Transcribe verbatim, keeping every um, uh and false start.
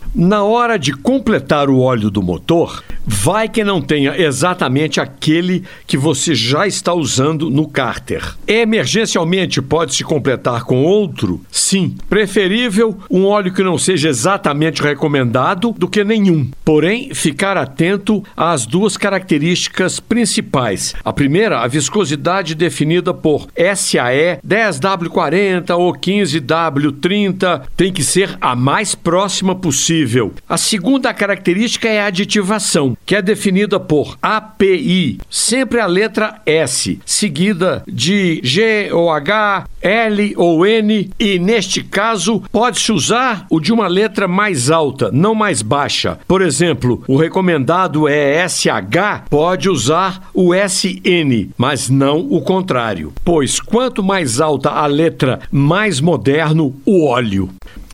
Na hora de completar o óleo do motor, vai que não tenha exatamente aquele que você já está usando no cárter. Emergencialmente pode-se completar com outro? Sim. Preferível um óleo que não seja exatamente recomendado do que nenhum. Porém, ficar atento às duas características principais. A primeira, a viscosidade definida por S A E dez W quarenta ou quinze W trinta, tem que ser a mais próxima possível. A segunda característica é a aditivação, que é definida por A P I, sempre a letra S, seguida de G ou H, L ou N, e neste caso pode-se usar o de uma letra mais alta, não mais baixa. Por exemplo, o recomendado é S H, pode usar o S N, mas não o contrário, pois quanto mais alta a letra, mais moderno o óleo.